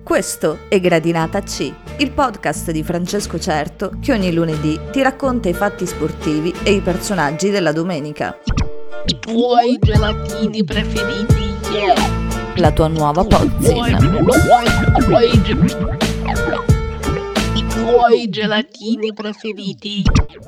Questo è Gradinata C, il podcast di Francesco Certo che ogni lunedì ti racconta i fatti sportivi e i personaggi della domenica. I tuoi gelatini preferiti, La tua nuova pozzina. I tuoi gelatini preferiti.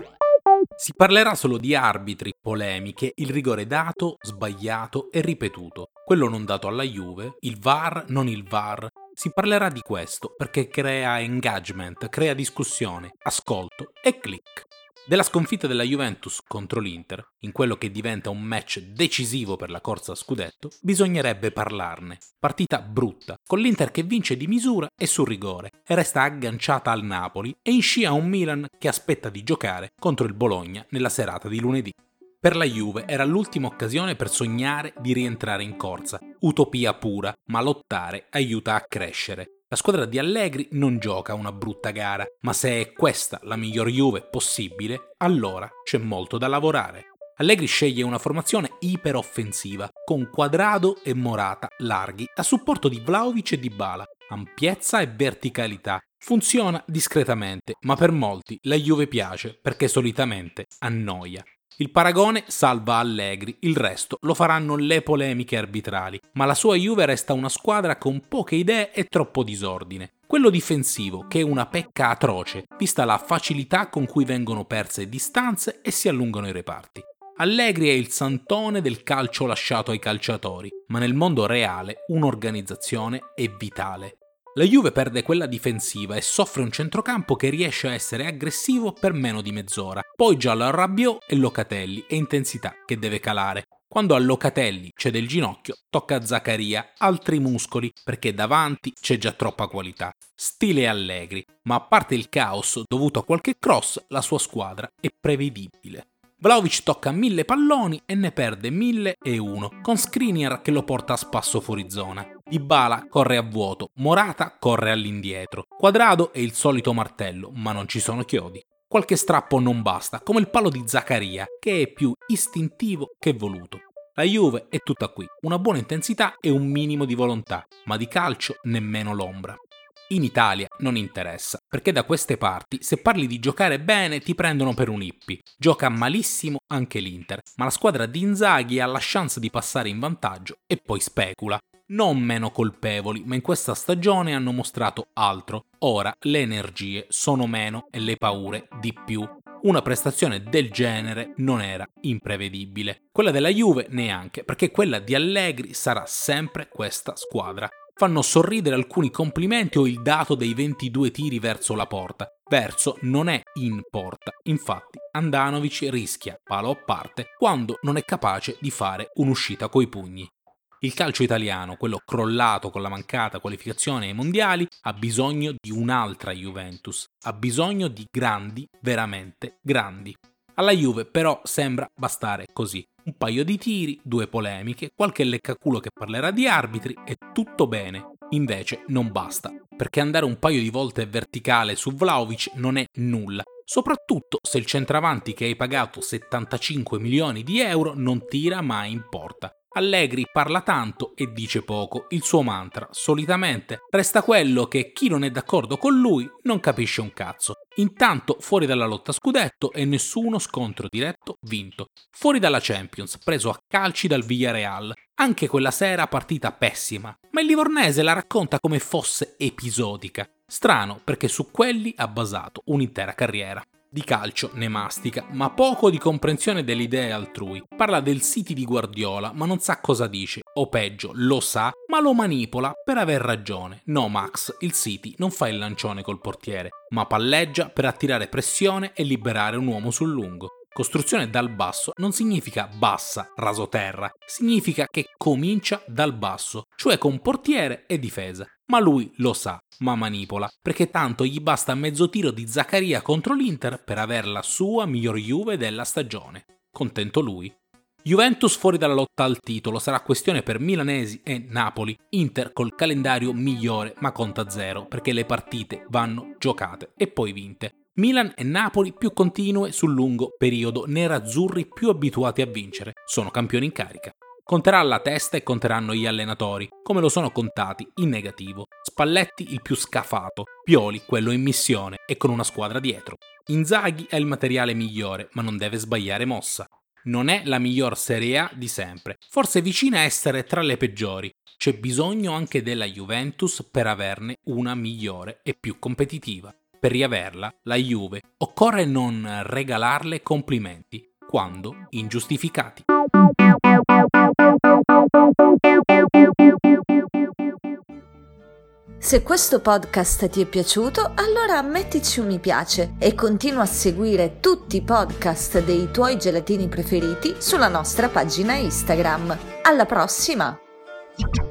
Si parlerà solo di arbitri, polemiche, il rigore dato, sbagliato e ripetuto, quello non dato alla Juve, il VAR, non il VAR. Si parlerà di questo perché crea engagement, crea discussione, ascolto e click. Della sconfitta della Juventus contro l'Inter, in quello che diventa un match decisivo per la corsa a scudetto, bisognerebbe parlarne. Partita brutta, con l'Inter che vince di misura e sul rigore, e resta agganciata al Napoli e in scia un Milan che aspetta di giocare contro il Bologna nella serata di lunedì. Per la Juve era l'ultima occasione per sognare di rientrare in corsa, utopia pura, ma lottare aiuta a crescere. La squadra di Allegri non gioca una brutta gara, ma se è questa la miglior Juve possibile, allora c'è molto da lavorare. Allegri sceglie una formazione iperoffensiva, con Quadrado e Morata larghi, a supporto di Vlahovic e Dybala, ampiezza e verticalità. Funziona discretamente, ma per molti la Juve piace perché solitamente annoia. Il paragone salva Allegri, il resto lo faranno le polemiche arbitrali, ma la sua Juve resta una squadra con poche idee e troppo disordine. Quello difensivo, che è una pecca atroce, vista la facilità con cui vengono perse distanze e si allungano i reparti. Allegri è il santone del calcio lasciato ai calciatori, ma nel mondo reale un'organizzazione è vitale. La Juve perde quella difensiva e soffre un centrocampo che riesce a essere aggressivo per meno di mezz'ora. Poi giallo Rabiot e Locatelli e intensità che deve calare. Quando a Locatelli cede il ginocchio, tocca a Zaccaria altri muscoli perché davanti c'è già troppa qualità. Stile Allegri, ma a parte il caos dovuto a qualche cross, la sua squadra è prevedibile. Vlahovic tocca 1000 palloni e ne perde 1001, con Skriniar che lo porta a spasso fuori zona. Dybala corre a vuoto, Morata corre all'indietro. Quadrado è il solito martello, ma non ci sono chiodi. Qualche strappo non basta, come il palo di Zaccaria, che è più istintivo che voluto. La Juve è tutta qui, una buona intensità e un minimo di volontà, ma di calcio nemmeno l'ombra. In Italia non interessa, perché da queste parti se parli di giocare bene ti prendono per un hippie. Gioca malissimo anche l'Inter, ma la squadra di Inzaghi ha la chance di passare in vantaggio e poi specula. Non meno colpevoli, ma in questa stagione hanno mostrato altro. Ora le energie sono meno e le paure di più. Una prestazione del genere non era imprevedibile. Quella della Juve neanche, perché quella di Allegri sarà sempre questa squadra. Fanno sorridere alcuni complimenti o il dato dei 22 tiri verso la porta. Verso non è in porta, infatti Handanovic rischia, palo a parte, quando non è capace di fare un'uscita coi pugni. Il calcio italiano, quello crollato con la mancata qualificazione ai mondiali, ha bisogno di un'altra Juventus, ha bisogno di grandi, veramente grandi. Alla Juve però sembra bastare così. Un paio di tiri, 2 polemiche, qualche leccaculo che parlerà di arbitri e tutto bene. Invece non basta, perché andare un paio di volte verticale su Vlahovic non è nulla, soprattutto se il centravanti che hai pagato 75 milioni di euro non tira mai in porta. Allegri parla tanto e dice poco, il suo mantra, solitamente, resta quello che chi non è d'accordo con lui non capisce un cazzo. Intanto fuori dalla lotta scudetto e nessuno scontro diretto vinto. Fuori dalla Champions, preso a calci dal Villarreal. Anche quella sera partita pessima, ma il livornese la racconta come fosse episodica. Strano perché su quelli ha basato un'intera carriera. Di calcio ne mastica, ma poco di comprensione delle idee altrui. Parla del City di Guardiola, ma non sa cosa dice, o peggio, lo sa, ma lo manipola per aver ragione. No Max, il City non fa il lancione col portiere, ma palleggia per attirare pressione e liberare un uomo sul lungo. Costruzione dal basso non significa bassa, rasoterra, significa che comincia dal basso, cioè con portiere e difesa. Ma lui lo sa, ma manipola, perché tanto gli basta mezzo tiro di Zaccaria contro l'Inter per aver la sua miglior Juve della stagione. Contento lui. Juventus fuori dalla lotta al titolo sarà questione per milanesi e Napoli. Inter col calendario migliore ma conta zero, perché le partite vanno giocate e poi vinte. Milan e Napoli più continue sul lungo periodo, nerazzurri più abituati a vincere, sono campioni in carica. Conterà la testa e conteranno gli allenatori, come lo sono contati in negativo. Spalletti il più scafato, Pioli quello in missione e con una squadra dietro. Inzaghi è il materiale migliore, ma non deve sbagliare mossa. Non è la miglior Serie A di sempre, forse vicina a essere tra le peggiori. C'è bisogno anche della Juventus per averne una migliore e più competitiva. Per riaverla, la Juve, occorre non regalarle complimenti, quando ingiustificati. Se questo podcast ti è piaciuto, allora mettici un mi piace e continua a seguire tutti i podcast dei tuoi gelatini preferiti sulla nostra pagina Instagram. Alla prossima!